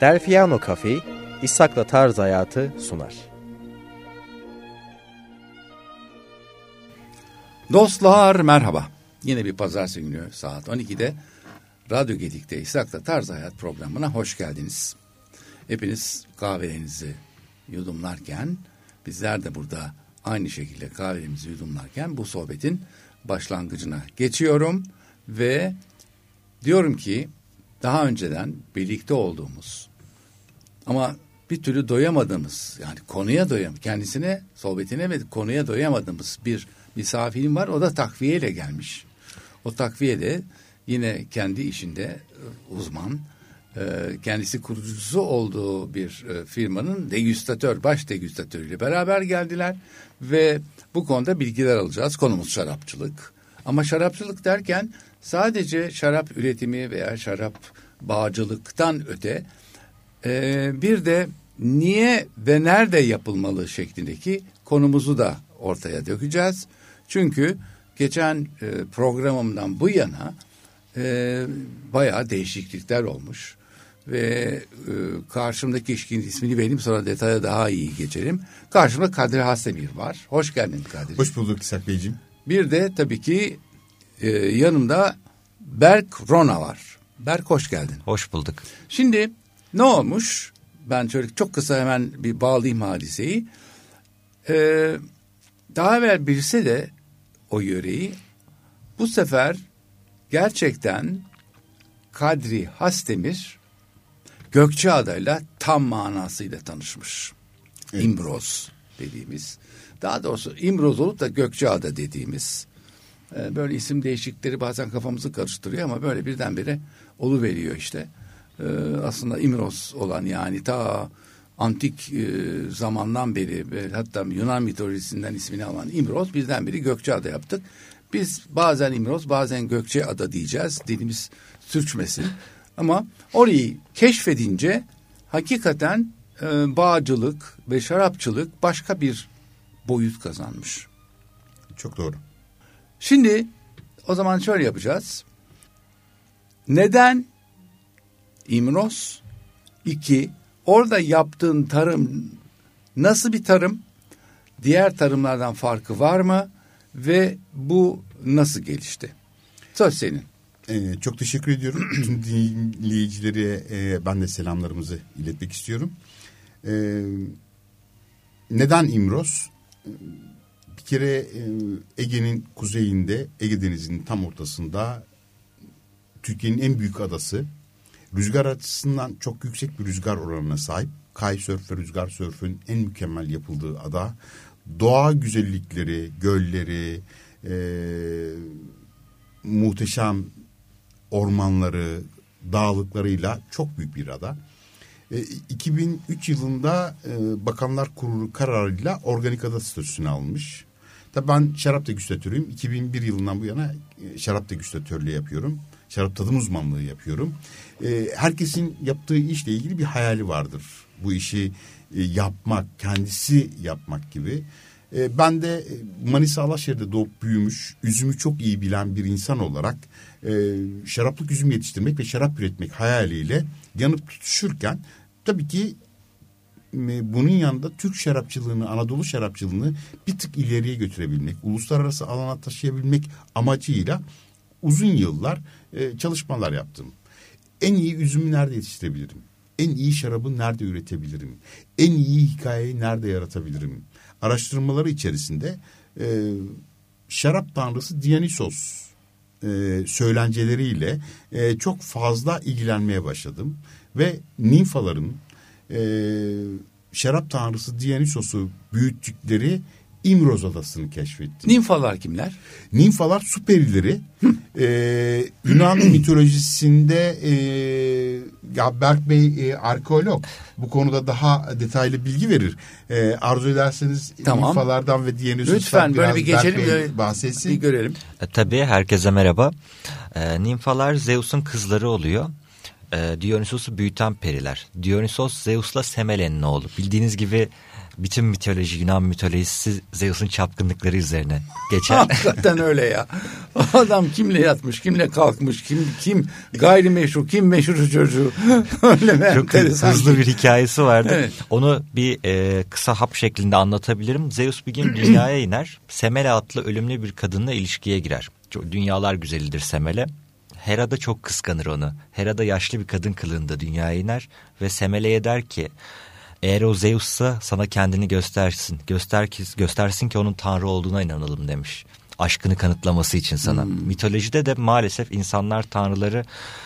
Delfiano Cafe, İshak'la Tarz Hayatı sunar. Dostlar merhaba. Yine bir pazartesi günü saat 12'de Radyo Gedik'te İshak'la Tarz Hayat programına hoş geldiniz. Hepiniz kahvelerinizi yudumlarken, bizler de burada aynı şekilde kahvelerimizi yudumlarken bu sohbetin başlangıcına geçiyorum ve diyorum ki daha önceden birlikte olduğumuz ama bir türlü doyamadığımız, yani kendisine, sohbetine ve konuya doyamadığımız bir misafirim var. O da takviyeyle gelmiş. O takviye de yine kendi işinde uzman, kendisi kurucusu olduğu bir firmanın baş degüstatörüyle beraber geldiler ve bu konuda bilgiler alacağız. Konumuz şarapçılık. Ama şarapçılık derken sadece şarap üretimi veya şarap bağcılıktan öte bir de niye ve nerede yapılmalı şeklindeki konumuzu da ortaya dökeceğiz. Çünkü geçen programımdan bu yana bayağı değişiklikler olmuş ve karşımdaki kişinin ismini vereyim, sonra detaya daha iyi geçelim. Karşımda Kadri Hasdemir var. Hoş geldin Kadri. Hoş bulduk İshak Beyciğim. Bir de tabii ki yanımda Berk Rona var. Berk hoş geldin. Hoş bulduk. Şimdi ne olmuş? Ben şöyle çok kısa hemen bir bağlayayım hadiseyi. Daha evvel bilse de o yöreyi, bu sefer gerçekten Kadri Hasdemir Gökçeada'yla tam manasıyla tanışmış. Evet. İmbroz dediğimiz, daha doğrusu İmbroz olup da Gökçeada dediğimiz böyle isim değişiklikleri bazen kafamızı karıştırıyor ama böyle birdenbire oluveriyor işte. Aslında İmbroz olan, yani ta antik zamandan beri ve hatta Yunan mitolojisinden ismini alan İmbroz birdenbire Gökçeada yaptık. Biz bazen İmbroz bazen Gökçeada diyeceğiz, dilimiz sürçmesin. Ama orayı keşfedince hakikaten bağcılık ve şarapçılık başka bir boyut kazanmış. Çok doğru. Şimdi o zaman şöyle yapacağız. Neden İmbroz? 2. Orada yaptığın tarım nasıl bir tarım? Diğer tarımlardan farkı var mı? Ve bu nasıl gelişti? Söz senin. Çok teşekkür ediyorum. Tüm dinleyicilere ben de selamlarımızı iletmek istiyorum. Neden İmbroz? Bir kere Ege'nin kuzeyinde, Ege Denizi'nin tam ortasında, Türkiye'nin en büyük adası. Rüzgar açısından çok yüksek bir rüzgar oranına sahip. Kitesurf ve rüzgar sörfün en mükemmel yapıldığı ada. Doğa güzellikleri, gölleri, muhteşem ormanları, dağlıklarıyla çok büyük bir ada. 2003 yılında Bakanlar Kurulu kararıyla organik ada statüsünü almış. Tabii ben şarap degüstatörüyüm. 2001 yılından bu yana şarap degüstatörlüğü yapıyorum. Şarap tadım uzmanlığı yapıyorum. Herkesin yaptığı işle ilgili bir hayali vardır. Bu işi yapmak, kendisi yapmak gibi. Ben de Manisa Alaşehir'de doğup büyümüş, üzümü çok iyi bilen bir insan olarak şaraplık üzüm yetiştirmek ve şarap üretmek hayaliyle yanıp tutuşurken, tabii ki bunun yanında Türk şarapçılığını, Anadolu şarapçılığını bir tık ileriye götürebilmek, uluslararası alana taşıyabilmek amacıyla uzun yıllar çalışmalar yaptım. En iyi üzümü nerede yetiştirebilirim? En iyi şarabı nerede üretebilirim? En iyi hikayeyi nerede yaratabilirim? Araştırmaları içerisinde şarap tanrısı Dionysos söylenceleriyle çok fazla ilgilenmeye başladım. Ve nimfaların şarap tanrısı Dionysos'u büyüttükleri İmbroz Adası'nı keşfettim. Nimfalar kimler? Nimfalar su perileri. Yunan mitolojisinde ya Berk Bey arkeolog. Bu konuda daha detaylı bilgi verir. Arzu ederseniz tamam. Nimfalardan ve Dionysos'tan lütfen böyle bir geçelim, bahsetsin. Bir görelim. Tabii, herkese merhaba. Nimfalar Zeus'un kızları oluyor. Dionysos'u büyüten periler. Dionysos Zeus'la Semele'nin oğlu. Bildiğiniz gibi bütün mitoloji, Yunan mitolojisi Zeus'un çapkınlıkları üzerine geçer. Hakikaten öyle ya. Adam kimle yatmış, kimle kalkmış, kim gayrimeşru, kim meşru çocuğu. Öyle çok hızlı bir hikayesi vardı. Evet. Onu bir kısa hap şeklinde anlatabilirim. Zeus bir gün dünyaya iner. Semele adlı ölümlü bir kadınla ilişkiye girer. Dünyalar güzelidir Semele. Hera da çok kıskanır onu. Hera da yaşlı bir kadın kılığında dünyaya iner ve Semele'ye der ki, eğer o Zeus'sa sana kendini göstersin. Göstersin ki onun tanrı olduğuna inanalım demiş. Aşkını kanıtlaması için sana. Mitolojide de maalesef insanlar tanrıları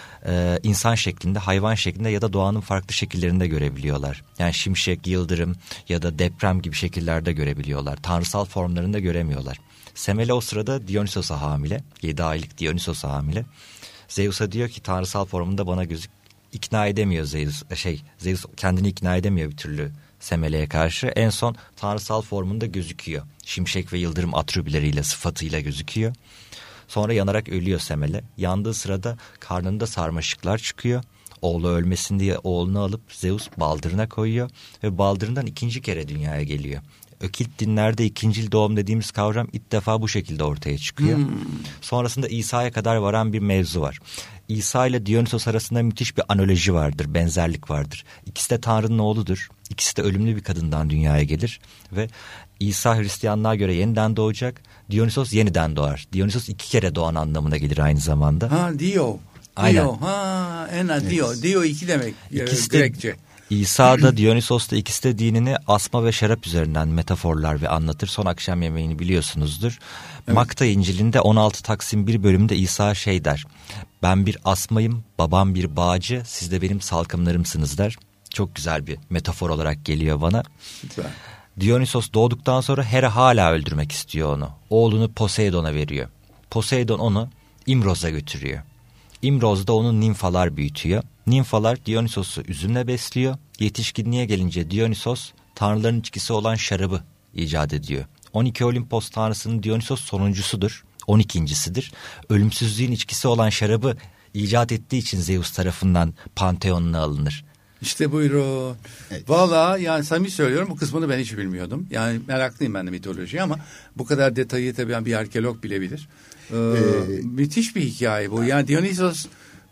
insan şeklinde, hayvan şeklinde ya da doğanın farklı şekillerinde görebiliyorlar. Yani şimşek, yıldırım ya da deprem gibi şekillerde görebiliyorlar. Tanrısal formlarında göremiyorlar. Semele o sırada Dionysos'a hamile. 7 aylık Dionysos'a hamile. Zeus'a diyor ki tanrısal formunda bana ikna edemiyor Zeus. Zeus kendini ikna edemiyor bir türlü Semele'ye karşı. En son tanrısal formunda gözüküyor. Şimşek ve yıldırım atribüleriyle, sıfatıyla gözüküyor. Sonra yanarak ölüyor Semele. Yandığı sırada karnında sarmaşıklar çıkıyor. Oğlu ölmesin diye oğlunu alıp Zeus baldırına koyuyor ve baldırından 2. kere dünyaya geliyor. Ökült dinlerde ikincil doğum dediğimiz kavram ilk defa bu şekilde ortaya çıkıyor. Sonrasında İsa'ya kadar varan bir mevzu var. İsa ile Dionysos arasında müthiş bir analoji vardır, benzerlik vardır. İkisi de Tanrı'nın oğludur. İkisi de ölümlü bir kadından dünyaya gelir ve İsa Hristiyanlığa göre yeniden doğacak. Dionysos yeniden doğar. Dionysos 2 kere doğan anlamına gelir aynı zamanda. Ha, Dio. Aynen. Dio. Ha, Dio. Dio 2 demek. İkisi Grekçe. de İsa da Dionysos da ikisi de dinini asma ve şarap üzerinden metaforlar ve anlatır. Son akşam yemeğini biliyorsunuzdur. Evet. Makta İncil'inde 16 Taksim 1 bölümünde İsa der. Ben bir asmayım, babam bir bağcı, siz de benim salkımlarımsınız der. Çok güzel bir metafor olarak geliyor bana. Süper. Dionysos doğduktan sonra Hera hala öldürmek istiyor onu. Oğlunu Poseidon'a veriyor. Poseidon onu İmroz'a götürüyor. İmroz'da onu nimfalar büyütüyor. Nimfalar Dionysos'u üzümle besliyor. Yetişkinliğe gelince Dionysos tanrıların içkisi olan şarabı icat ediyor. 12 Olimpos tanrısının Dionysos sonuncusudur. 12.'sidir. Ölümsüzlüğün içkisi olan şarabı icat ettiği için Zeus tarafından Panteon'una alınır. İşte buyurun. Evet. Valla yani samimi söylüyorum, bu kısmını ben hiç bilmiyordum. Yani meraklıyım ben de mitolojiye ama bu kadar detayı tabii bir arkeolog bilebilir. Müthiş bir hikaye bu. Yani Dionysos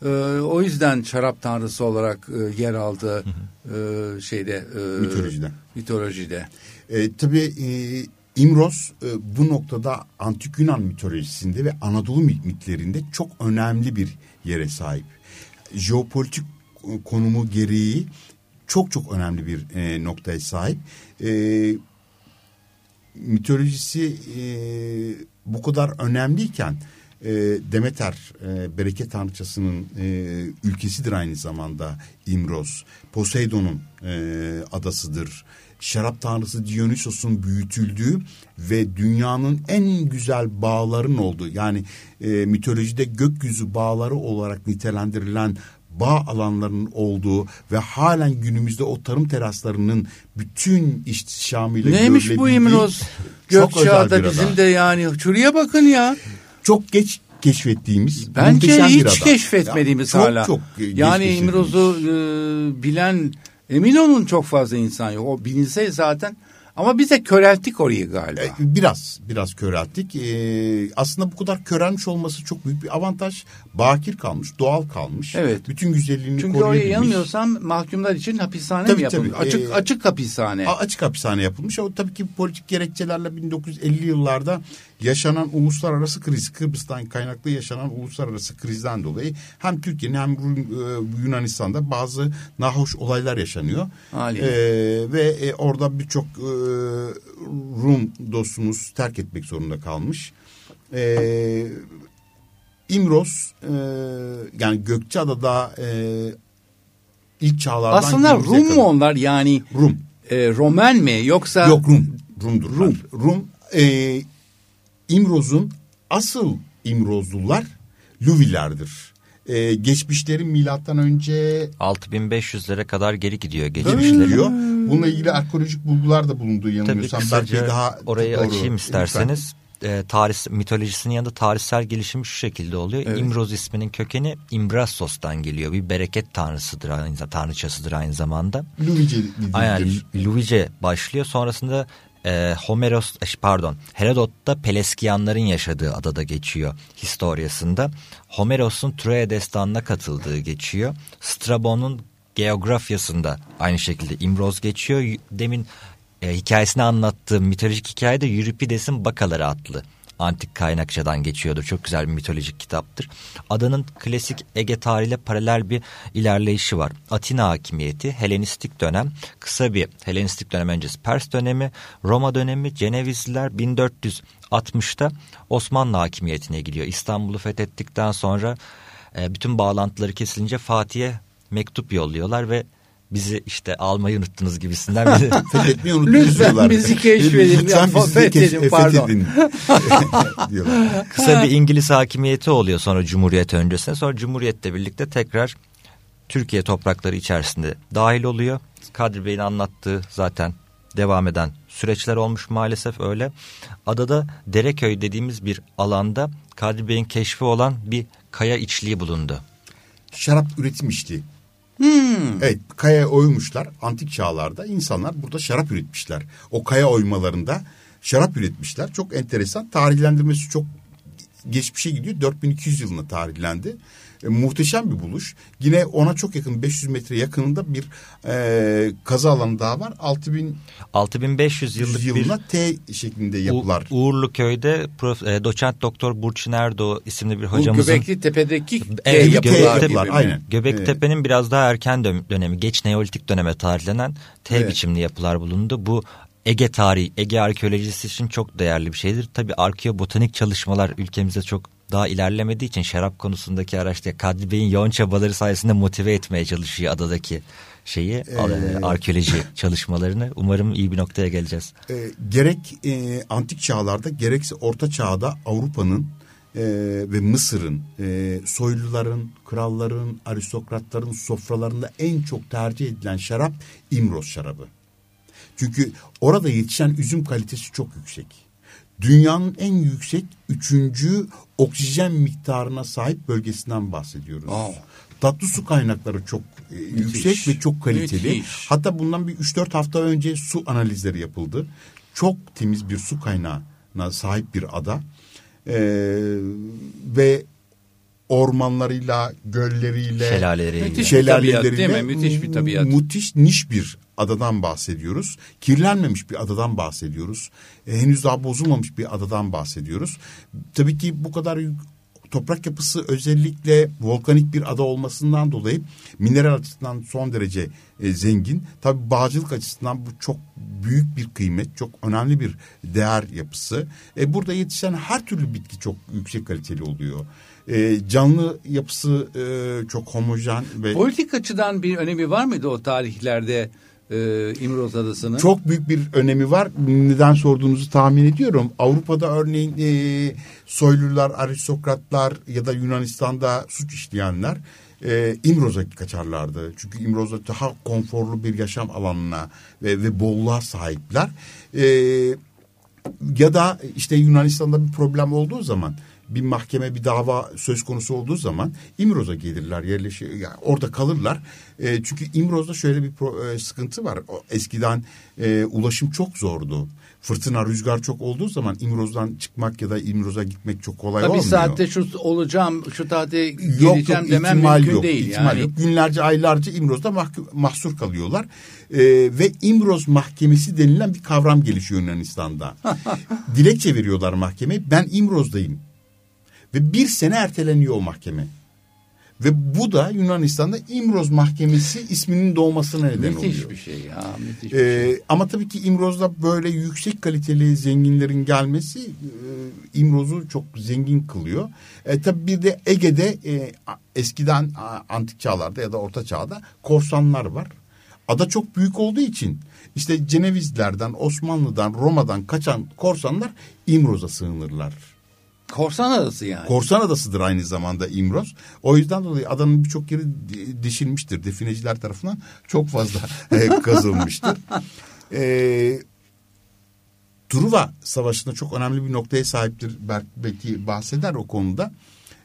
o yüzden şarap tanrısı olarak yer aldı mitolojide. Tabii İmroz bu noktada Antik Yunan mitolojisinde ve Anadolu mitlerinde çok önemli bir yere sahip. Jeopolitik konumu gereği çok önemli bir noktaya sahip. Mitolojisi bu kadar önemliyken Demeter bereket tanrıçasının ülkesidir aynı zamanda İmroz. Poseidon'un adasıdır. Şarap tanrısı Dionysos'un büyütüldüğü ve dünyanın en güzel bağların olduğu, yani mitolojide gökyüzü bağları olarak nitelendirilen bağ alanlarının olduğu ve halen günümüzde o tarım teraslarının bütün ihtişamıyla neymiş bu İmroz? Gökçeada bizim de yani şuraya bakın ya. Çok geç keşfettiğimiz, bence hiç keşfetmediğimiz hala. Çok yani İmroz'u bilen emin olun çok fazla insan yok. O bilinse zaten, ama bize körelttik orayı galiba. Biraz körelttik. Aslında bu kadar körelmiş olması çok büyük bir avantaj. Bakir kalmış, doğal kalmış. Evet. Bütün güzelliğini çünkü koruyabilmiş. Çünkü oraya yanılmıyorsam mahkumlar için hapishane mi yapılmış? Açık hapishane. Açık hapishane yapılmış. O tabii ki politik gerekçelerle 1950 yıllarda yaşanan uluslararası kriz, Kıbrıs'tan kaynaklı yaşanan uluslararası krizden dolayı hem Türkiye'nin hem Yunanistan'da bazı nahoş olaylar yaşanıyor. Ve orada birçok Rum dostumuz terk etmek zorunda kalmış. İmroz yani Gökçeada'da ilk çağlardan... Aslında Rum mu onlar yani? Rum. Roman mi yoksa? Yok, Rum'dur. Rum. İmroz'un asıl İmrozlular Luvilerdir. Geçmişleri milattan önce 6500'lere kadar geri gidiyor geçmişleri. Bununla ilgili arkeolojik bulgular da bulunduğu yanılmıyorsam. Tabii kısaca orayı açayım isterseniz. mitolojisinin yanında tarihsel gelişimi şu şekilde oluyor. Evet. İmroz isminin kökeni İmbrassos'tan geliyor. Bir bereket tanrısıdır, tanrıçasıdır aynı zamanda. Luvice başlıyor. Sonrasında Herodot'ta Peleskiyanların yaşadığı adada geçiyor historiasında. Homeros'un Troya destanına katıldığı geçiyor. Strabon'un geografyasında aynı şekilde İmroz geçiyor. Demin hikayesini anlattığım mitolojik hikayede Euripides'in Bakaları adlı antik kaynakçadan geçiyordu. Çok güzel bir mitolojik kitaptır. Adanın klasik Ege tarihiyle paralel bir ilerleyişi var. Atina hakimiyeti, Helenistik dönem, kısa bir Helenistik dönem öncesi Pers dönemi, Roma dönemi, Cenevizliler 1460'ta Osmanlı hakimiyetine gidiyor. İstanbul'u fethettikten sonra bütün bağlantıları kesilince Fatih'e mektup yolluyorlar ve bizi işte almayı unuttunuz gibisinden. Fethetmeyi unuttunuz diyorlar. Lütfen bizi keşfedin. Lütfen bizi fethedin diyorlar. Kısa bir İngiliz hakimiyeti oluyor sonra Cumhuriyet öncesinde. Sonra Cumhuriyet'le birlikte tekrar Türkiye toprakları içerisinde dahil oluyor. Kadri Bey'in anlattığı zaten devam eden süreçler olmuş maalesef öyle. Adada Dereköy dediğimiz bir alanda Kadri Bey'in keşfi olan bir kaya içliği bulundu. Şarap üretim işliği. Evet, kaya oymuşlar. Antik çağlarda insanlar burada şarap üretmişler. O kaya oymalarında şarap üretmişler. Çok enteresan. Tarihlendirmesi çok geçmişe gidiyor. 4200 yılında tarihlendi. Muhteşem bir buluş. Yine ona çok yakın 500 metre yakınında bir kazı alanı daha var. 6500 yılına T şeklinde yapılar. Uğurluköy'de doçent doktor Burçin Erdoğ isimli bir hocamızın. Göbekli Tepe'deki yapılar. Aynen. Göbekli Tepe'nin biraz daha erken dönemi, geç Neolitik döneme tarihlenen T biçimli yapılar bulundu. Bu Ege tarihi, Ege arkeolojisi için çok değerli bir şeydir. Tabii arkeobotanik çalışmalar ülkemizde çok daha ilerlemediği için şarap konusundaki araştırma Kadri Bey'in yoğun çabaları sayesinde motive etmeye çalışıyor adadaki arkeoloji çalışmalarını. Umarım iyi bir noktaya geleceğiz. Gerek antik çağlarda gerekse orta çağda Avrupa'nın ve Mısır'ın soyluların, kralların, aristokratların sofralarında en çok tercih edilen şarap İmroz şarabı. Çünkü orada yetişen üzüm kalitesi çok yüksek. Dünyanın en yüksek 3. oksijen miktarına sahip bölgesinden bahsediyoruz. Tatlı su kaynakları çok yüksek ve çok kaliteli. Müthiş. Hatta bundan bir 3-4 hafta önce su analizleri yapıldı. Çok temiz bir su kaynağına sahip bir ada. Ve ormanlarıyla, gölleriyle, şelaleleriyle müthiş bir tabiat. Müthiş niş bir adadan bahsediyoruz. Kirlenmemiş bir adadan bahsediyoruz. Henüz daha bozulmamış bir adadan bahsediyoruz. Tabii ki bu kadar toprak yapısı özellikle volkanik bir ada olmasından dolayı mineral açısından son derece zengin. Tabii bağcılık açısından bu çok büyük bir kıymet, çok önemli bir değer yapısı. Burada yetişen her türlü bitki çok yüksek kaliteli oluyor. Canlı yapısı çok homojen ve politik açıdan bir önemi var mıydı o tarihlerde İmroz Adası'nın? Çok büyük bir önemi var. Neden sorduğunuzu tahmin ediyorum. Avrupa'da örneğin soylular, aristokratlar ya da Yunanistan'da suç işleyenler İmroz'a kaçarlardı. Çünkü İmroz'da daha konforlu bir yaşam alanına ve bolluğa sahipler. Ya da işte Yunanistan'da bir problem olduğu zaman, bir mahkeme, bir dava söz konusu olduğu zaman İmroz'a gelirler, yerleşir, yani orada kalırlar. Çünkü İmroz'da şöyle bir sıkıntı var. Eskiden ulaşım çok zordu. Fırtına, rüzgar çok olduğu zaman İmroz'dan çıkmak ya da İmroz'a gitmek çok kolay olmuyor. Bir saatte şu olacağım, şu saatte geleceğim demem mümkün değil. Yani. Yok. Günlerce, aylarca İmroz'da mahsur kalıyorlar. Ve İmroz mahkemesi denilen bir kavram gelişiyor Yunanistan'da. Dilekçe veriyorlar mahkemeye. Ben İmroz'dayım. Ve 1 sene erteleniyor o mahkeme. Ve bu da Yunanistan'da İmroz Mahkemesi isminin doğmasına neden oluyor. Müthiş bir şey ya. Müthiş bir şey. Ama tabii ki İmroz'da böyle yüksek kaliteli zenginlerin gelmesi İmroz'u çok zengin kılıyor. Tabii bir de Ege'de eskiden antik çağlarda ya da orta çağda korsanlar var. Ada çok büyük olduğu için işte Cenevizlerden, Osmanlı'dan, Roma'dan kaçan korsanlar İmroz'a sığınırlar. Korsan adası yani. Korsan adasıdır aynı zamanda İmroz. O yüzden dolayı adanın birçok yeri deşilmiştir. Defineciler tarafından çok fazla kazılmıştır. Truva Savaşı'nda çok önemli bir noktaya sahiptir. Belki bahseder o konuda.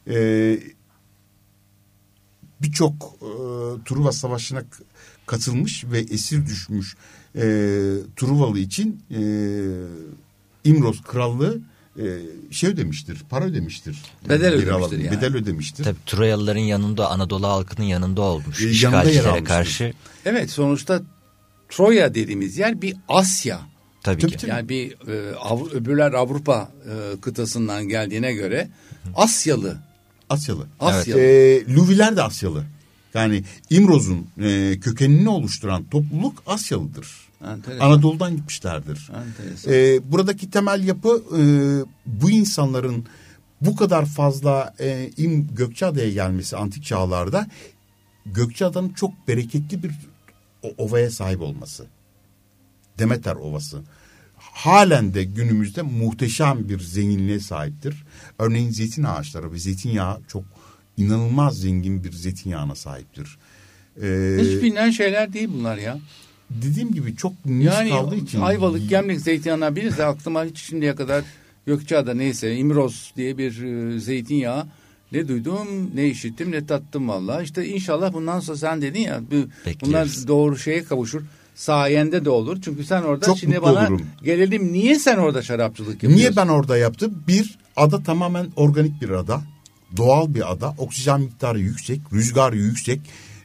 Birçok Truva Savaşı'na katılmış ve esir düşmüş Truvalı için İmroz Krallığı ödemiştir, para ödemiştir. Bedel ödemiştir. Tabii Troyalıların yanında, Anadolu halkının yanında olmuş işgalcilere işgalcilere karşı. Evet, sonuçta Troya dediğimiz yer bir Asya. Tabii ki. Yani bir öbürler Avrupa kıtasından geldiğine göre Asyalı. Evet. Luviler de Asyalı. Yani İmroz'un kökenini oluşturan topluluk Asyalıdır. Enteresan. Anadolu'dan gitmişlerdir. Buradaki temel yapı bu insanların bu kadar fazla Gökçeada'ya gelmesi antik çağlarda Gökçeada'nın çok bereketli bir ovaya sahip olması. Demeter Ovası. Halen de günümüzde muhteşem bir zenginliğe sahiptir. Örneğin zeytin ağaçları ve zeytinyağı çok inanılmaz zengin bir zeytinyağına sahiptir. Hiç bilinen şeyler değil bunlar ya. Dediğim gibi çok niş kaldığı için. Ayvalık, Gemlik zeytinyağından birisi aklıma hiç şimdiye kadar Gökçeada neyse İmroz diye bir zeytinyağı ne duydum, ne işittim, ne tattım vallahi. İşte inşallah bundan sonra sen dedin ya bunlar doğru şeye kavuşur. Sayende de olur. Çünkü sen orada çok şimdi bana olurum. Gelelim. Niye sen orada şarapçılık yapıyorsun? Niye ben orada yaptım? Bir, ada tamamen organik bir ada. Doğal bir ada. Oksijen miktarı yüksek. Rüzgar yüksek.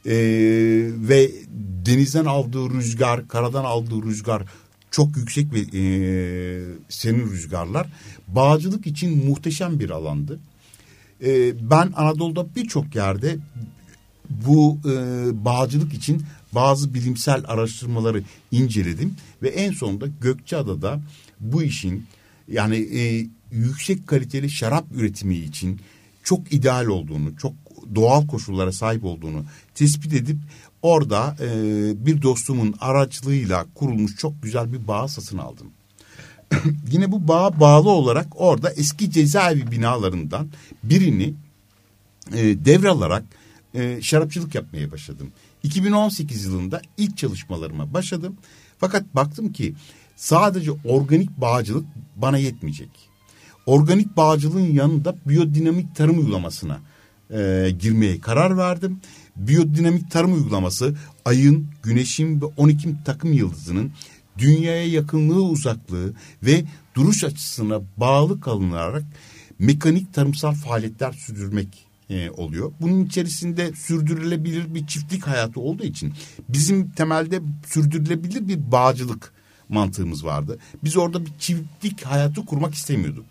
Ve denizden aldığı rüzgar, karadan aldığı rüzgar çok yüksek ve serin rüzgarlar. Bağcılık için muhteşem bir alandı. Ben Anadolu'da birçok yerde bu bağcılık için bazı bilimsel araştırmaları inceledim ve en sonunda Gökçeada'da bu işin yani yüksek kaliteli şarap üretimi için çok ideal olduğunu, çok doğal koşullara sahip olduğunu tespit edip orada bir dostumun aracılığıyla kurulmuş çok güzel bir bağ satın aldım. Yine bu bağa bağlı olarak orada eski cezaevi binalarından birini devralarak şarapçılık yapmaya başladım. 2018 yılında ilk çalışmalarıma başladım. Fakat baktım ki sadece organik bağcılık bana yetmeyecek. Organik bağcılığın yanında biyodinamik tarım uygulamasına girmeye karar verdim. Biyodinamik tarım uygulaması ayın, güneşin ve 12 takım yıldızının dünyaya yakınlığı, uzaklığı ve duruş açısına bağlı kalınarak mekanik tarımsal faaliyetler sürdürmek oluyor. Bunun içerisinde sürdürülebilir bir çiftlik hayatı olduğu için bizim temelde sürdürülebilir bir bağcılık mantığımız vardı. Biz orada bir çiftlik hayatı kurmak istemiyorduk.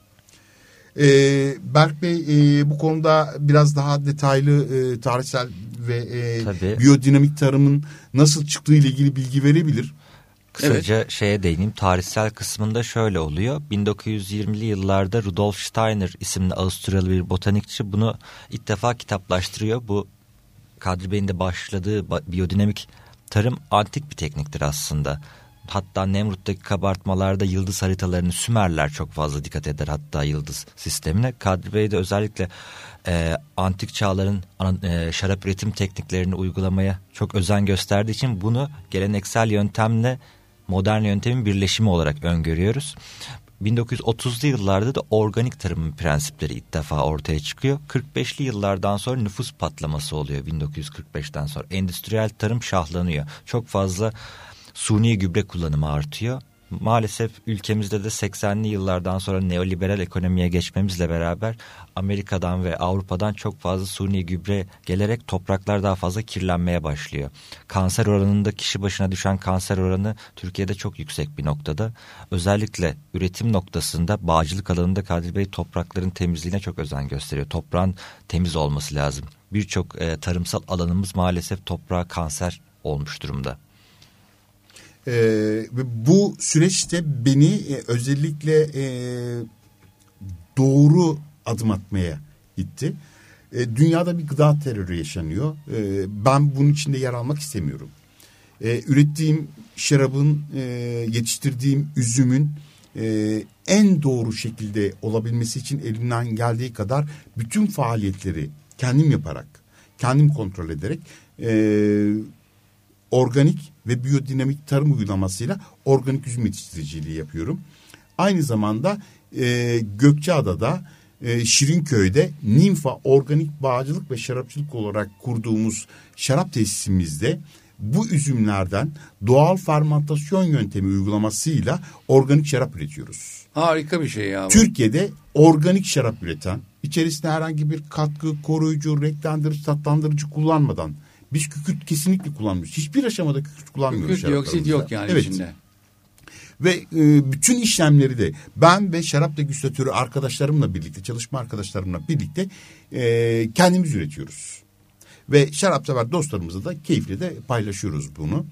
Berk Bey bu konuda biraz daha detaylı tarihsel ve biyodinamik tarımın nasıl çıktığı ile ilgili bilgi verebilir. Kısaca şeye değineyim. Tarihsel kısmında şöyle oluyor. 1920'li yıllarda Rudolf Steiner isimli Avusturyalı bir botanikçi bunu ilk defa kitaplaştırıyor. Bu Kadri Bey'in de başladığı biyodinamik tarım antik bir tekniktir aslında. Hatta Nemrut'taki kabartmalarda yıldız haritalarını Sümerler çok fazla dikkat eder, hatta yıldız sistemine. Kadri Bey de özellikle antik çağların şarap üretim tekniklerini uygulamaya çok özen gösterdiği için bunu geleneksel yöntemle modern yöntemin birleşimi olarak öngörüyoruz. 1930'lu yıllarda da organik tarımın prensipleri ilk defa ortaya çıkıyor. 45'li yıllardan sonra nüfus patlaması oluyor 1945'ten sonra. Endüstriyel tarım şahlanıyor. Çok fazla suni gübre kullanımı artıyor. Maalesef ülkemizde de 80'li yıllardan sonra neoliberal ekonomiye geçmemizle beraber Amerika'dan ve Avrupa'dan çok fazla suni gübre gelerek topraklar daha fazla kirlenmeye başlıyor. Kanser oranında kişi başına düşen kanser oranı Türkiye'de çok yüksek bir noktada. Özellikle üretim noktasında bağcılık alanında Kadri Bey toprakların temizliğine çok özen gösteriyor. Toprağın temiz olması lazım. Birçok tarımsal alanımız maalesef toprağa kanser olmuş durumda. Bu süreçte beni özellikle doğru adım atmaya itti. Dünyada bir gıda terörü yaşanıyor. Ben bunun içinde yer almak istemiyorum. Ürettiğim şarabın, yetiştirdiğim üzümün en doğru şekilde olabilmesi için elimden geldiği kadar bütün faaliyetleri kendim yaparak, kendim kontrol ederek organik ve biyodinamik tarım uygulamasıyla organik üzüm yetiştiriciliği yapıyorum. aynı zamanda Gökçeada'da Şirinköy'de Nimfa Organik Bağcılık ve Şarapçılık olarak kurduğumuz şarap tesisimizde bu üzümlerden doğal fermentasyon yöntemi uygulamasıyla organik şarap üretiyoruz. Harika bir şey ya. Türkiye'de organik şarap üreten, içerisinde herhangi bir katkı, koruyucu, renklendirici, tatlandırıcı kullanmadan, biz kükürt kesinlikle kullanmıyoruz. Hiçbir aşamada kükürt kullanmıyoruz. Kükürt, dioksit yok yani evet. içinde. Ve bütün işlemleri de ben ve şarap degüstatörü arkadaşlarımla birlikte, çalışma arkadaşlarımla birlikte kendimiz üretiyoruz. Ve şarap sever dostlarımızla da keyifle de paylaşıyoruz bunu.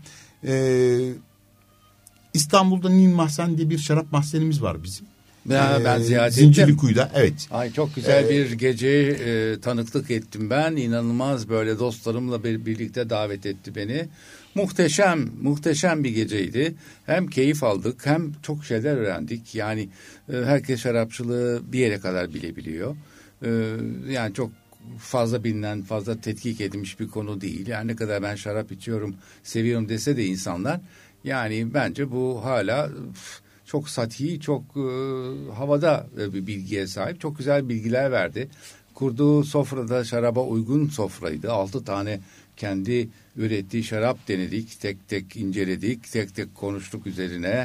İstanbul'da Nil Mahzen diye bir şarap mahzenimiz var bizim. Ben ziyaret ettim. Zincirlikuyu'da, evet. Ay çok güzel bir gece tanıklık ettim ben. İnanılmaz, böyle dostlarımla birlikte davet etti beni. Muhteşem bir geceydi. Hem keyif aldık hem çok şeyler öğrendik. Yani herkes şarapçılığı bir yere kadar bilebiliyor. Yani çok fazla bilinen, fazla tetkik edilmiş bir konu değil. Yani ne kadar ben şarap içiyorum, seviyorum dese de insanlar, yani bence bu hala çok sati, çok havada bir bilgiye sahip. Çok güzel bilgiler verdi. Kurduğu sofrada şaraba uygun sofraydı. 6 tane kendi ürettiği şarap denedik. Tek tek inceledik. Tek tek konuştuk üzerine.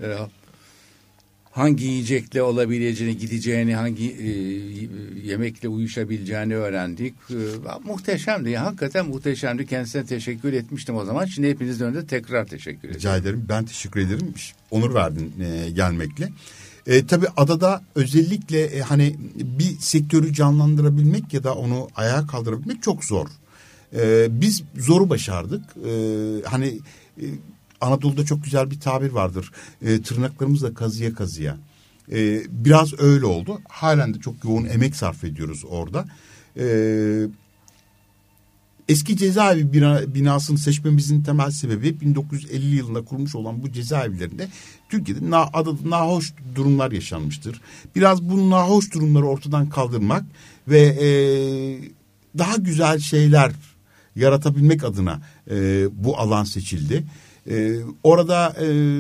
Hangi yiyecekle olabileceğini, gideceğini, hangi yemekle uyuşabileceğini öğrendik. Muhteşemdi. Yani hakikaten muhteşemdi. Kendisine teşekkür etmiştim o zaman. Şimdi hepinizin önünde tekrar teşekkür ederim. Rica ederim. Ben teşekkür ederim. Onur verdin gelmekle. Tabii adada özellikle hani bir sektörü canlandırabilmek ya da onu ayağa kaldırabilmek çok zor. Biz zoru başardık. Hani Anadolu'da çok güzel bir tabir vardır. Tırnaklarımızla kazıya kazıya. Biraz öyle oldu. Halen de çok yoğun emek sarf ediyoruz orada. Eski cezaevi binasını seçmemizin temel sebebi 1950 yılında kurulmuş olan bu cezaevlerinde Türkiye'de adada nahoş durumlar yaşanmıştır. Biraz bu nahoş durumları ortadan kaldırmak ve daha güzel şeyler yaratabilmek adına bu alan seçildi. Orada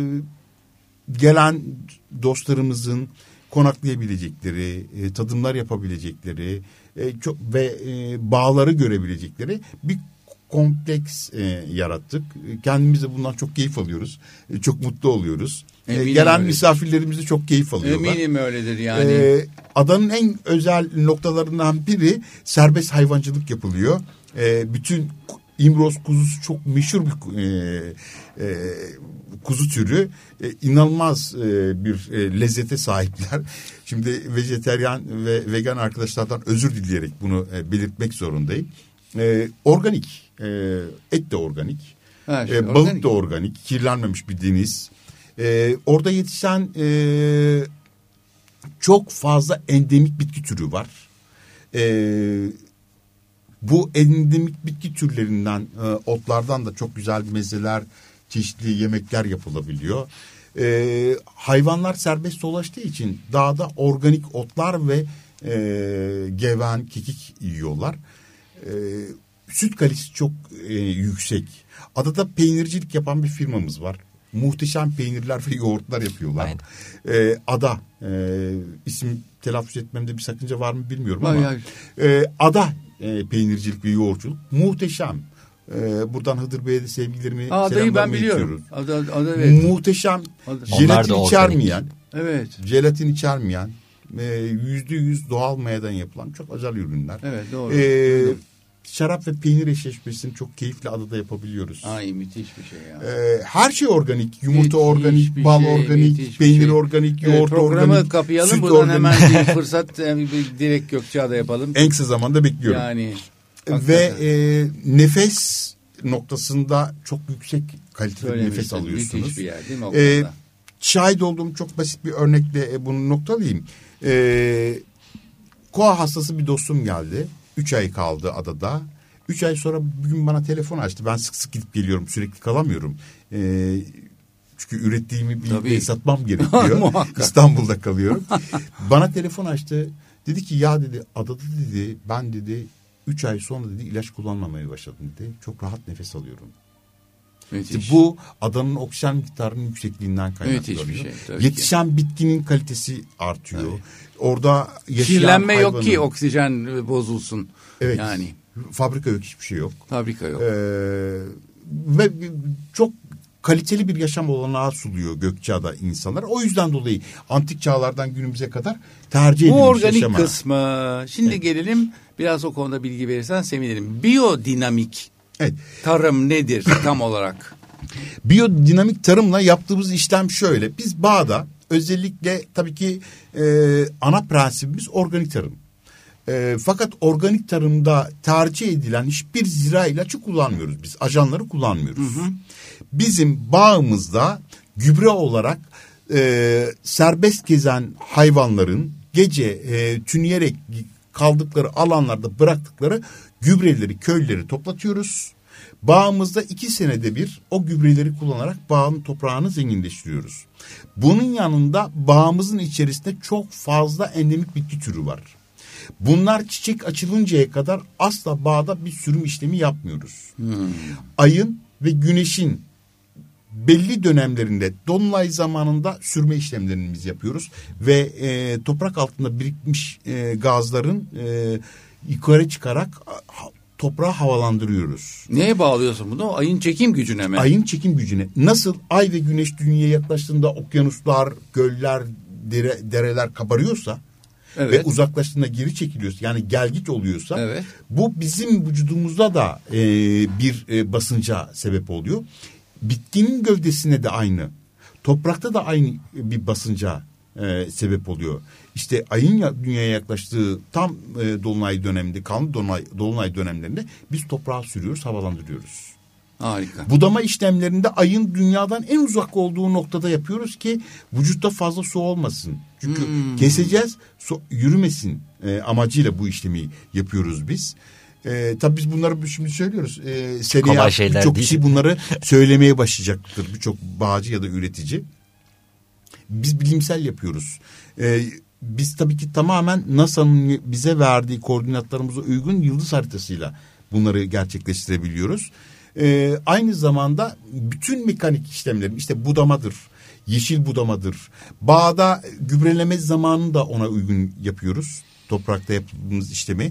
gelen dostlarımızın konaklayabilecekleri, tadımlar yapabilecekleri ve bağları görebilecekleri bir kompleks yarattık. Kendimiz de bundan çok keyif alıyoruz. Çok mutlu oluyoruz. Gelen misafirlerimiz de çok keyif alıyorlar. Eminim öyledir yani. Adanın en özel noktalarından biri serbest hayvancılık yapılıyor. Bütün İmroz kuzusu çok meşhur bir kuzu türü. İnanılmaz bir lezzete sahipler. Şimdi vejeteryan ve vegan arkadaşlardan özür dileyerek bunu belirtmek zorundayım. Organik, et de organik, balık da organik, kirlenmemiş bir deniz. Orada yetişen çok fazla endemik bitki türü var. Bu endemik bitki türlerinden, otlardan da çok güzel mezeler, çeşitli yemekler yapılabiliyor. Hayvanlar serbest dolaştığı için dağda organik otlar ve geven, kekik yiyorlar. Süt kalitesi çok yüksek. Adada peynircilik yapan bir firmamız var. Muhteşem peynirler ve yoğurtlar yapıyorlar. Ada, isim telaffuz etmemde bir sakınca var mı bilmiyorum ama Ada peynircilik ve yoğurtçuluk muhteşem. Buradan Hıdır Bey'e de sevgilerimi, selamlarımı ben biliyorum. Ada, evet. Muhteşem. Jelatin içermeyen, jelatin içermeyen, %100 doğal mayadan yapılan çok özel ürünler. Evet, doğru. Şarap ve peynir eşleşmesini çok keyifli adada yapabiliyoruz. Ay, müthiş bir şey ya. Her şey organik. Yumurta organik, bal organik, peynir organik, yoğurt programı organik. Kapayalım süt buradan organik. Hemen bir fırsat direkt Gökçeada yapalım. En kısa zamanda bekliyorum. Yani. Ve nefes noktasında çok yüksek kaliteli bir nefes alıyorsunuz. Müthiş bir yer değil mi o konuda? Şahit olduğum çok basit bir örnekle bunu noktalayayım. Koa hastası bir dostum geldi. 3 ay kaldı adada. 3 ay sonra bugün bana telefon açtı. Ben sık sık gidip geliyorum. Sürekli kalamıyorum. Çünkü ürettiğimi bir satmam gerekiyor. İstanbul'da kalıyorum. Bana telefon açtı. Dedi ki ya dedi adada dedi ben dedi 3 ay sonra dedi ilaç kullanmamaya başladım dedi. Çok rahat nefes alıyorum. İşte bu adanın oksijen miktarının yüksekliğinden kaynaklanıyor. Müthiş bir şey. Yetişen bitkinin kalitesi artıyor. Evet. Orada yaşayan kirlenme hayvanın... yok ki oksijen bozulsun. Evet. Yani. Fabrika yok, hiçbir şey yok. Fabrika yok. Ve çok kaliteli bir yaşam olanağı sunuyor Gökçeada insanlar. O yüzden dolayı antik çağlardan günümüze kadar tercih edilmiş Bu organik yaşama. kısmı. Şimdi gelelim, biraz o konuda bilgi verirsen sevinirim. Biyodinamik tarım nedir tam olarak? Biyodinamik tarımla yaptığımız işlem şöyle. Biz bağda özellikle tabii ki ana prensibimiz organik tarım. Fakat organik tarımda tercih edilen hiçbir zira ilacı kullanmıyoruz biz. Ajanları kullanmıyoruz. Hı hı. Bizim bağımızda gübre olarak serbest gezen hayvanların gece tüneyerek kaldıkları alanlarda bıraktıkları gübreleri, kölleri toplatıyoruz. Bağımızda 2 senede bir o gübreleri kullanarak bağın toprağını zenginleştiriyoruz. Bunun yanında bağımızın içerisinde çok fazla endemik bitki türü var. Bunlar çiçek açılıncaya kadar asla bağda bir sürüm işlemi yapmıyoruz. Ayın ve güneşin belli dönemlerinde dolunay zamanında sürme işlemlerimizi yapıyoruz. Ve toprak altında birikmiş gazların yukarı çıkarak toprağı havalandırıyoruz. Neye bağlıyorsun bunu? Ayın çekim gücüne mi? Ayın çekim gücüne. Nasıl ay ve güneş dünyaya yaklaştığında okyanuslar, göller, dereler kabarıyorsa... Evet. Ve uzaklaştığında geri çekiliyorsa, yani gelgit oluyorsa, evet, bu bizim vücudumuzda da bir basınca sebep oluyor. Bitkinin gövdesine de aynı, toprakta da aynı bir basınca sebep oluyor. İşte ayın dünyaya yaklaştığı tam dolunay döneminde, kanlı dolunay dönemlerinde biz toprağı sürüyoruz, havalandırıyoruz. Harika. Budama işlemlerinde ayın dünyadan en uzak olduğu noktada yapıyoruz ki vücutta fazla su olmasın. Çünkü keseceğiz, su yürümesin amacıyla bu işlemi yapıyoruz biz. Tabii biz bunları şimdi söylüyoruz. Seneye birçok kişi bunları söylemeye başlayacaktır. Birçok bağcı ya da üretici. Biz bilimsel yapıyoruz. Biz tabii ki tamamen NASA'nın bize verdiği koordinatlarımıza uygun yıldız haritasıyla bunları gerçekleştirebiliyoruz. Aynı zamanda bütün mekanik işlemlerin, işte budamadır, yeşil budamadır. Bağda gübreleme zamanını da ona uygun yapıyoruz. Toprakta yaptığımız işlemi.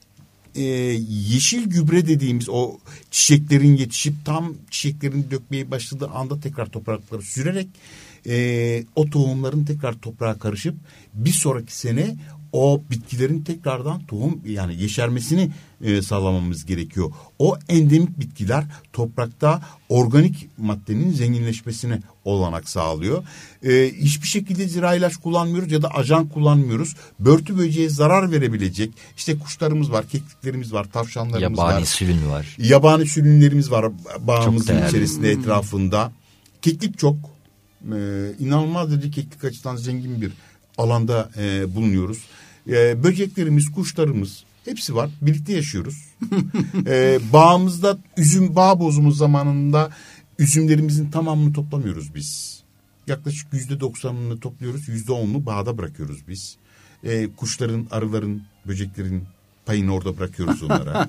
Yeşil gübre dediğimiz o çiçeklerin yetişip tam çiçeklerin dökmeye başladığı anda tekrar toprakları sürerek o tohumların tekrar toprağa karışıp bir sonraki sene o bitkilerin tekrardan tohum, yani yeşermesini sağlamamız gerekiyor. O endemik bitkiler toprakta organik maddenin zenginleşmesine olanak sağlıyor. Hiçbir şekilde zira ilaç kullanmıyoruz ya da ajan kullanmıyoruz. Börtü böceğe zarar verebilecek işte kuşlarımız var, kekliklerimiz var, tavşanlarımız var. Yabani sülün var. Yabani sülünlerimiz var bağımızın içerisinde, etrafında. Keklik çok. İnanılmaz derece keklik açısından zengin bir alanda bulunuyoruz. Böceklerimiz, kuşlarımız hepsi var. Birlikte yaşıyoruz. Bağımızda üzüm, bağ bozumu zamanında üzümlerimizin tamamını toplamıyoruz biz. Yaklaşık %90'ını topluyoruz. %10'unu bağda bırakıyoruz biz. Kuşların, arıların, böceklerin payını orada bırakıyoruz onlara.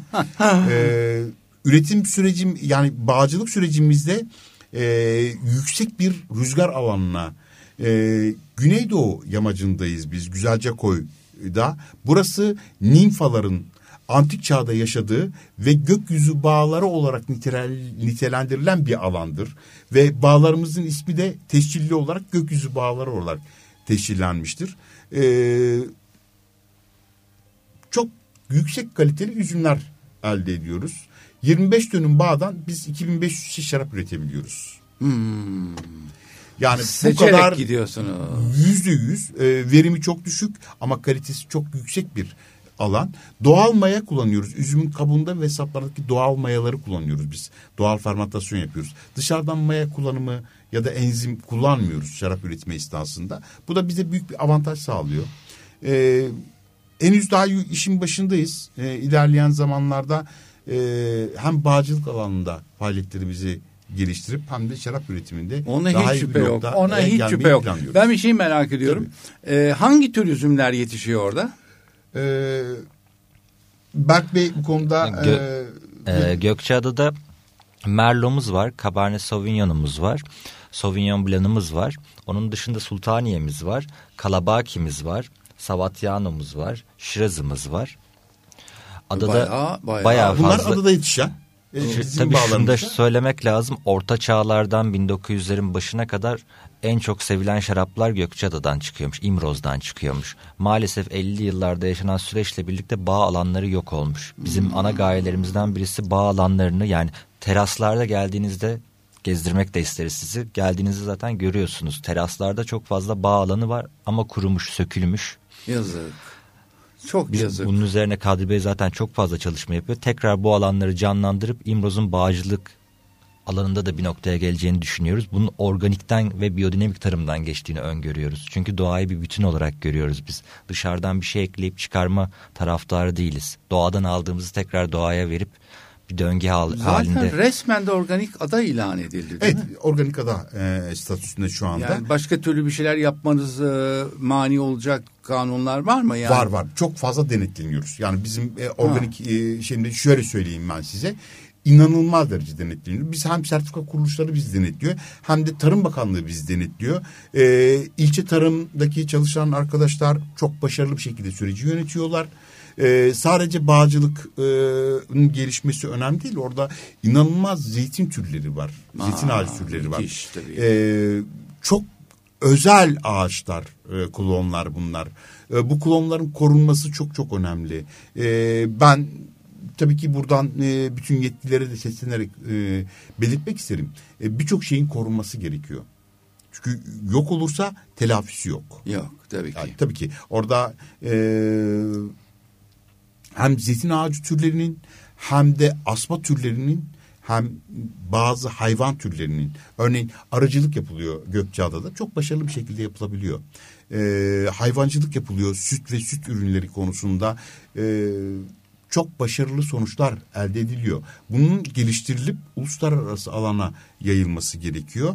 Üretim sürecim, yani bağcılık sürecimizde yüksek bir rüzgar alanına, Güneydoğu yamacındayız biz, Güzelcekoy'da. Burası nimfaların antik çağda yaşadığı ve gökyüzü bağları olarak nitelendirilen bir alandır. Ve bağlarımızın ismi de tescilli olarak gökyüzü bağları olarak tescillenmiştir. Çok yüksek kaliteli üzümler elde ediyoruz. 25 dönüm bağdan biz 2500 şişe şarap üretebiliyoruz. Yani seçerek bu kadar gidiyorsunuz. %100 verimi çok düşük ama kalitesi çok yüksek bir alan. Doğal maya kullanıyoruz. Üzümün kabuğunda ve saplardaki doğal mayaları kullanıyoruz biz. Doğal fermentasyon yapıyoruz. Dışarıdan maya kullanımı ya da enzim kullanmıyoruz şarap üretimi esnasında. Bu da bize büyük bir avantaj sağlıyor. Henüz daha işin başındayız. İlerleyen zamanlarda hem bağcılık alanında faaliyetlerimizi geliştirip hem de şarap üretiminde ona daha hiç şüphe yok. Ona hiç şüphe yok. Ben bir şey merak ediyorum. Hangi tür üzümler yetişiyor orada? Berk Bey bu konuda Gökçeada'da Merlot'umuz var, Cabernet Sauvignon'umuz var, Sauvignon Blanc'ımız var. Onun dışında Sultaniye'miz var, Kalabaki'miz var, Savatyano'muz var, Shiraz'ımız var. Adada bayağı bunlar fazla. adada yetişen. Tabii şunu da söylemek lazım. Orta çağlardan 1900'lerin başına kadar en çok sevilen şaraplar Gökçeada'dan çıkıyormuş. İmroz'dan çıkıyormuş. Maalesef 50'li yıllarda yaşanan süreçle birlikte bağ alanları yok olmuş. Bizim ana gayelerimizden birisi bağ alanlarını, yani teraslarda geldiğinizde gezdirmek de isteriz sizi. Geldiğinizde zaten görüyorsunuz. Teraslarda çok fazla bağ alanı var ama kurumuş, sökülmüş. Yazık. Çok yazık. Bunun üzerine Kadri Bey zaten çok fazla çalışma yapıyor. Tekrar bu alanları canlandırıp İmroz'un bağcılık alanında da bir noktaya geleceğini düşünüyoruz. Bunun organikten ve biyodinamik tarımdan geçtiğini öngörüyoruz. Çünkü doğayı bir bütün olarak görüyoruz biz. Dışarıdan bir şey ekleyip çıkarma taraftarı değiliz. Doğadan aldığımızı tekrar doğaya verip bir döngü halinde. Zaten resmen de organik ada ilan edildi değil mi? Organik ada statüsünde şu anda. Yani başka türlü bir şeyler yapmanız mani olacak kanunlar var mı? Yani? Var. Çok fazla denetleniyoruz. Yani bizim organik şimdi şöyle söyleyeyim ben size. İnanılmaz derece denetleniyor. Biz hem sertifika kuruluşları bizi denetliyor, hem de Tarım Bakanlığı bizi denetliyor. İlçe tarımdaki çalışan arkadaşlar çok başarılı bir şekilde süreci yönetiyorlar. Sadece bağcılıkın gelişmesi önemli değil. Orada inanılmaz zeytin türleri var. Zeytin ağacı türleri var. Çok özel ağaçlar, klonlar bunlar. Bu klonların korunması çok çok önemli. Ben tabii ki buradan bütün yetkililere de seslenerek belirtmek isterim. Birçok şeyin korunması gerekiyor. Çünkü yok olursa telafisi yok. Yok tabii ki. Yani, tabii ki orada hem zeytin ağacı türlerinin hem de asma türlerinin hem bazı hayvan türlerinin, örneğin arıcılık yapılıyor Gökçeada'da, çok başarılı bir şekilde yapılabiliyor. Hayvancılık yapılıyor, süt ve süt ürünleri konusunda çok başarılı sonuçlar elde ediliyor. Bunun geliştirilip uluslararası alana yayılması gerekiyor.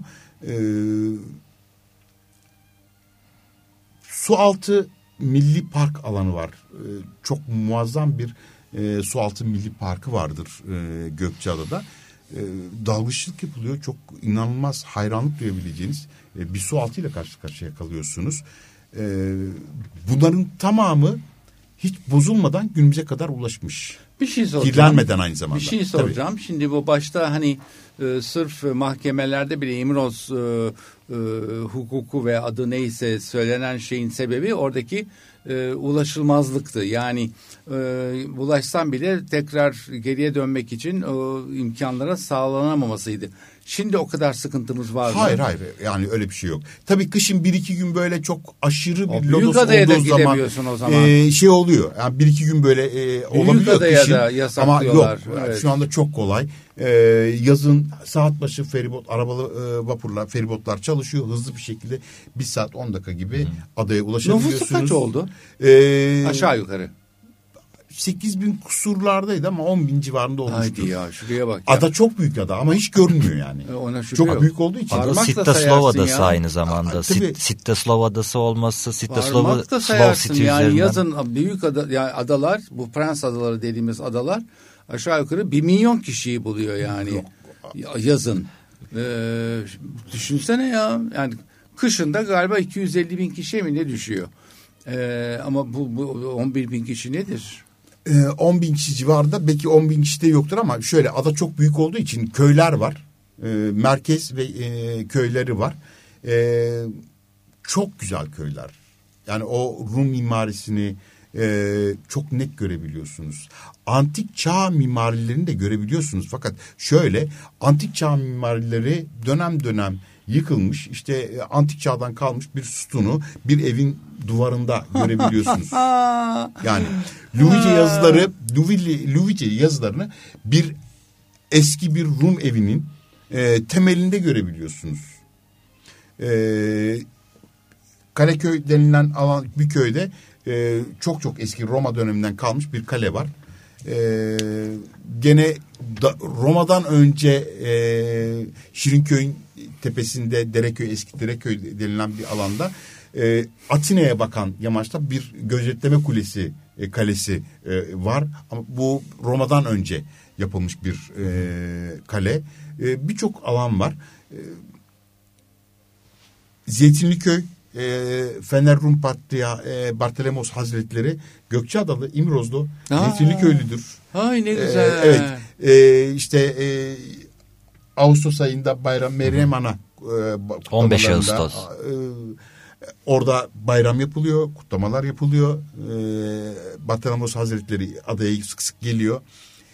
Sualtı Milli Park alanı var. Çok muazzam bir Sualtı Milli Parkı vardır Gökçeada'da. Dalgıçlık yapılıyor. Çok inanılmaz hayranlık duyabileceğiniz bir sualtı ile karşı karşıya kalıyorsunuz. Bunların tamamı hiç bozulmadan günümüze kadar ulaşmış. Bir şey soracağım. Kirlenmeden aynı zamanda. Bir şey soracağım. Tabii. Şimdi bu başta hani sırf mahkemelerde bile İmroz hukuku ve adı neyse söylenen şeyin sebebi oradaki ulaşılmazlıktı. Yani ulaşsam bile tekrar geriye dönmek için imkanlara sağlanamamasıydı. Şimdi o kadar sıkıntımız var mı? Hayır. Yani öyle bir şey yok. Tabii kışın 1-2 gün böyle çok aşırı bir lodos Büyükada'ya da olduğu zaman gidemiyorsun o zaman. Şey oluyor. Yani 1-2 gün böyle olabiliyor Büyükada'ya kışın. da yasaklıyorlar. Ama yok. Evet. Şu anda çok kolay. Yazın saat başı feribot, arabalı vapurlar, feribotlar çalışıyor. Hızlı bir şekilde 1 saat 10 dakika gibi adaya ulaşabiliyorsunuz. Nüfusu kaç oldu? Aşağı yukarı. 8.000 kusurlardaydı ama 10.000 civarında olmuştu. Haydi ya şuraya bak ya. Ada çok büyük ada ama hiç görünmüyor yani. Ona şüphe çok yok. büyük olduğu için. Ada Parmakla Sittaslov sayarsın adası ya. aynı zamanda. Sittaslov adası olması, Sittaslov Parmakla Slov sayarsın City yani üzerinden. yazın büyük yani adalar, bu Prens adaları dediğimiz adalar aşağı yukarı 1 milyon kişiyi buluyor yani yazın. Düşünsene ya yani kışında galiba 250 bin kişiye mi ne düşüyor? Ama bu 11 bin kişi nedir? 10.000 kişi civarında, belki 10.000 kişi de yoktur ama şöyle, ada çok büyük olduğu için köyler var. Merkez ve köyleri var. Çok güzel köyler. Yani o Rum mimarisini çok net görebiliyorsunuz. Antik çağ mimarilerini de görebiliyorsunuz. Fakat şöyle, antik çağ mimarileri dönem dönem yıkılmış, işte antik çağdan kalmış bir sütunu bir evin duvarında görebiliyorsunuz. Yani Luvice yazılarını bir eski bir Rum evinin temelinde görebiliyorsunuz. Kaleköy denilen alan, bir köyde çok çok eski Roma döneminden kalmış bir kale var. Gene Roma'dan önce Şirinköy'ün tepesinde Dereköy, eski Dereköy denilen bir alanda Atina'ya bakan yamaçta bir gözetleme kalesi var. Ama bu Roma'dan önce yapılmış bir kale. Birçok alan var. Zeytinliköy, Fener Rum Bartolomos Hazretleri Gökçeadalı, İmrozlu, Zeytinliköylüdür. Ay ne güzel. Evet. İşte Ağustos ayında bayram Meryem Ana 15 Ağustos. Orada bayram yapılıyor, kutlamalar yapılıyor. Bartolomos Hazretleri adaya sık sık geliyor.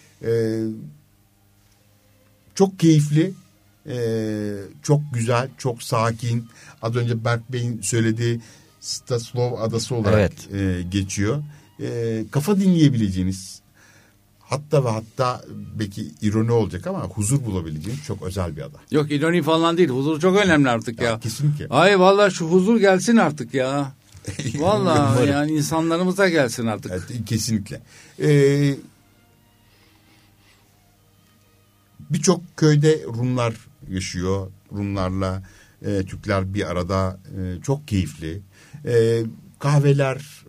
Çok keyifli, çok güzel, çok sakin. Az önce Berk Bey'in söylediği Staslov Adası olarak geçiyor. Kafa dinleyebileceğiniz, hatta belki ironi olacak ama huzur bulabileceğiniz çok özel bir ada. Yok, ironi falan değil. Huzur çok önemli artık ya. Kesinlikle. Ay vallahi şu huzur gelsin artık ya. Vallahi yani insanlarımıza gelsin artık. Evet, kesinlikle. Birçok köyde Rumlar yaşıyor. Rumlarla Türkler bir arada, çok keyifli. Kahveler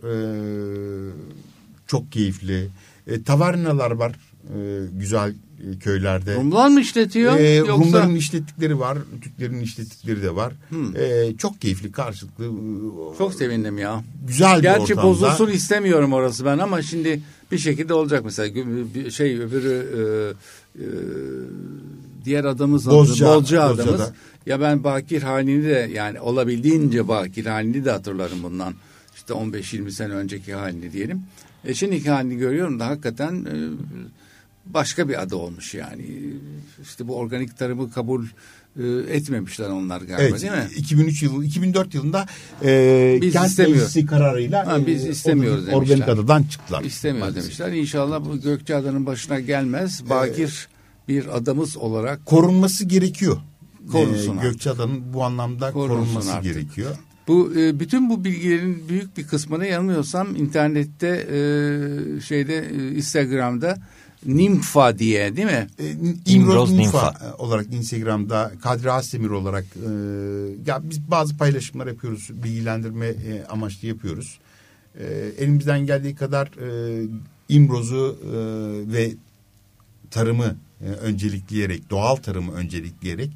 çok keyifli. Tavernalar var güzel köylerde. Rumlar mı işletiyor? Yoksa... Rumların işlettikleri var, Türklerin işlettikleri de var. Çok keyifli, karşılıklı. Çok sevindim ya. Güzel bir Gerçi ortamda. bozulsun istemiyorum orası ben, ama şimdi bir şekilde olacak mesela. Öbürü diğer adamız Bolca adamız. Ya ben bakir halini de, yani olabildiğince bakir halini de hatırlarım bundan. İşte 15-20 sene önceki halini diyelim. Şimdiki halini görüyorum da hakikaten başka bir adı olmuş yani. İşte bu organik tarımı kabul etmemişler onlar galiba, değil mi? 2004 yılında biz kent meclisi kararıyla biz istemiyoruz demişler. Organik adadan çıktılar. İstemiyoruz demişler. İnşallah bu Gökçeada'nın başına gelmez. Bakir bir adamız olarak korunması gerekiyor. Korunsun Gökçeada'nın bu anlamda korunması gerekiyor. Bu bütün bu bilgilerin büyük bir kısmını, yanılmıyorsam internette Instagram'da Nimfa diye, değil mi? İmroz Nimfa olarak Instagram'da, Kadri Hasdemir olarak ya biz bazı paylaşımlar yapıyoruz, bilgilendirme amaçlı yapıyoruz. Elimizden geldiği kadar İmroz'u ve tarımı öncelikleyerek, doğal tarımı öncelikleyerek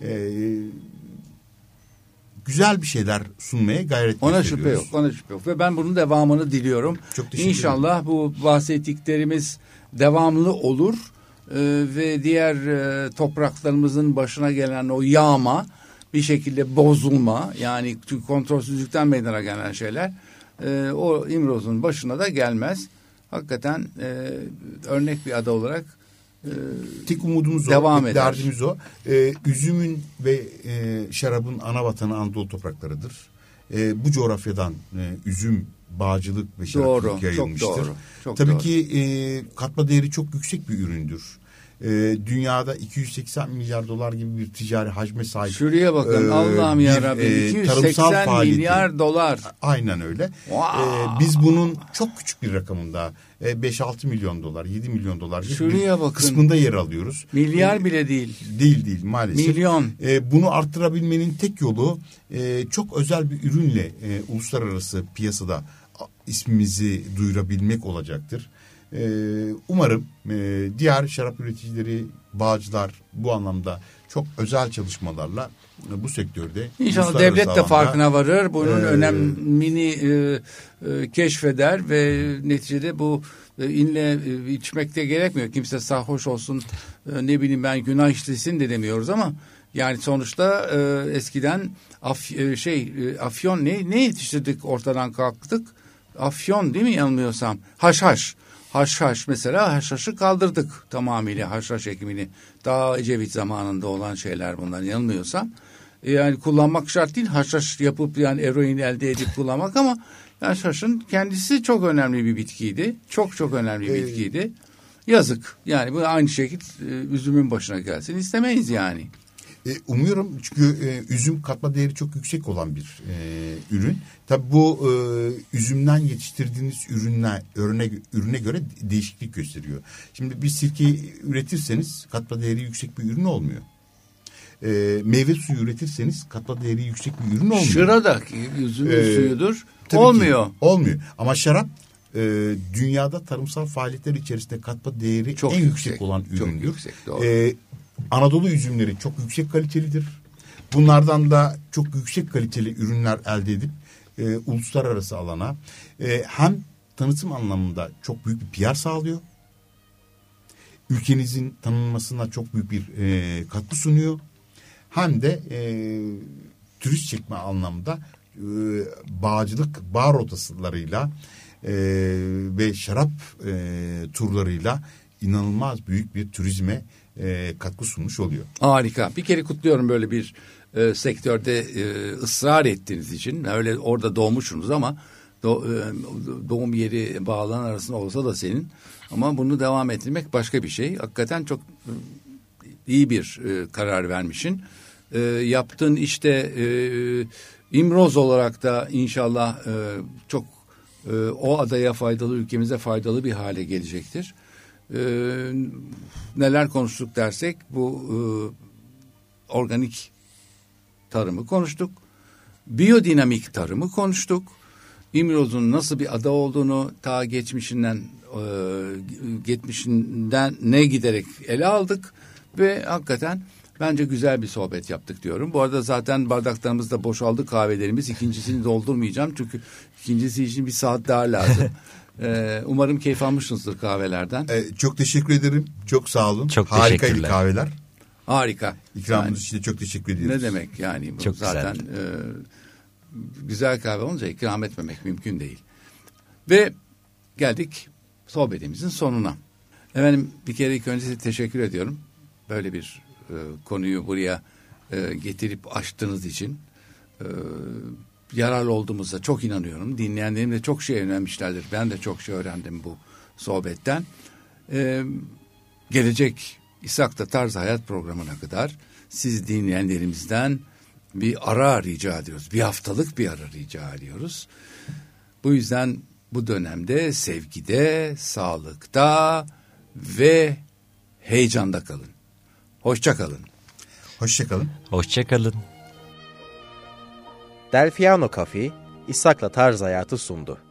güzel bir şeyler sunmaya gayret gösteriyoruz. Ona şüphe yok. Ve ben bunun devamını diliyorum. Çok teşekkür ederim. İnşallah bu bahsettiklerimiz devamlı olur ve diğer topraklarımızın başına gelen o yağma, bir şekilde bozulma, yani çünkü kontrolsüzlükten meydana gelen şeyler o İmroz'un başına da gelmez. Hakikaten örnek bir ada olarak tek umudumuz devam o, eder. derdimiz o. Üzümün ve şarabın ana vatanı Anadolu topraklarıdır. Bu coğrafyadan üzüm, bağcılık ve şarapçılık yayılmıştır. Çok doğru. Tabii ki katma değeri çok yüksek bir üründür. Dünyada 280 milyar dolar gibi bir ticari hacme sahip. Şuraya bakın, Allah'ım yarabbim, 280 milyar dolar. Aynen öyle. Wow. Biz bunun çok küçük bir rakamında 5-6 milyon dolar, 7 milyon dolar şuraya bakın, kısmında yer alıyoruz. Milyar bile değil. Değil maalesef. Milyon. Bunu arttırabilmenin tek yolu çok özel bir ürünle uluslararası piyasada ismimizi duyurabilmek olacaktır. Umarım diğer şarap üreticileri, bağcılar bu anlamda çok özel çalışmalarla bu sektörde İnşallah devlet de farkına varır. Bunun önemini keşfeder ve neticede bu ille içmek de gerekmiyor. Kimse sarhoş olsun, ne bileyim ben, günah işlesin de demiyoruz ama yani sonuçta eskiden afyon ne yetiştirdik, ortadan kalktık. Afyon değil mi, yanılmıyorsam? Haşhaş mesela, haşhaşı kaldırdık tamamıyla, haşhaş ekimini. Daha Ecevit zamanında olan şeyler bunlar, yanılmıyorsam. Yani kullanmak şart değil, haşhaş yapıp yani eroin elde edip kullanmak, ama haşhaşın kendisi çok önemli bir bitkiydi. Çok önemli bir bitkiydi. Yazık. Yani bu aynı şekilde üzümün başına gelsin istemeyiz yani. Umuyorum, çünkü üzüm katma değeri çok yüksek olan bir ürün. Tabii bu üzümden yetiştirdiğiniz ürüne göre değişiklik gösteriyor. Şimdi bir sirke üretirseniz katma değeri yüksek bir ürün olmuyor. Meyve suyu üretirseniz katma değeri yüksek bir ürün olmuyor. Şırada üzümün suyudur. Olmuyor. Ama şarap dünyada tarımsal faaliyetler içerisinde katma değeri çok en yüksek olan üründür. Çok yüksek, doğru. Anadolu üzümleri çok yüksek kalitelidir. Bunlardan da çok yüksek kaliteli ürünler elde edip uluslararası alana hem tanıtım anlamında çok büyük bir PR sağlıyor. Ülkenizin tanınmasına çok büyük bir katkı sunuyor. Hem de turist çekme anlamda bağcılık, bağ rotalarıyla ve şarap turlarıyla inanılmaz büyük bir turizme katkı sunmuş oluyor. Harika. Bir kere kutluyorum böyle bir sektörde ısrar ettiğiniz için. Öyle orada doğmuşsunuz ama doğum yeri bağlanan arasında olsa da senin. Ama bunu devam ettirmek başka bir şey. Hakikaten çok iyi bir karar vermişsin. Yaptığın işte İmroz olarak da inşallah çok o adaya faydalı, ülkemize faydalı bir hale gelecektir. Neler konuştuk dersek bu organik tarımı konuştuk. Biyodinamik tarımı konuştuk. İmroz'un nasıl bir ada olduğunu ta geçmişinden ne giderek ele aldık ve hakikaten bence güzel bir sohbet yaptık diyorum. Bu arada zaten bardaklarımız da boşaldı, kahvelerimiz. İkincisini doldurmayacağım çünkü ikincisi için bir saat daha lazım. Umarım keyif almışsınızdır kahvelerden. Çok teşekkür ederim. Çok sağ olun. Çok harikaydı kahveler. Harika. İkramınız için de çok teşekkür ediyoruz. Ne demek yani bu çok zaten güzel kahve olunca ikram etmemek mümkün değil. Ve geldik sohbetimizin sonuna. Efendim bir kere ilk önce size teşekkür ediyorum. Böyle bir konuyu buraya getirip açtığınız için yararlı olduğumuza çok inanıyorum. Dinleyenlerim de çok şey öğrenmişlerdir. Ben de çok şey öğrendim bu sohbetten. Gelecek İshak'ta Tarz Hayat programına kadar siz dinleyenlerimizden bir ara rica ediyoruz. Bir haftalık bir ara rica ediyoruz. Bu yüzden bu dönemde sevgide, sağlıkta ve heyecanda kalın. Hoşça kalın. Hoşça kalın. Hoşça kalın. Delfiano Cafe, İshak'la Tarz Hayatı sundu.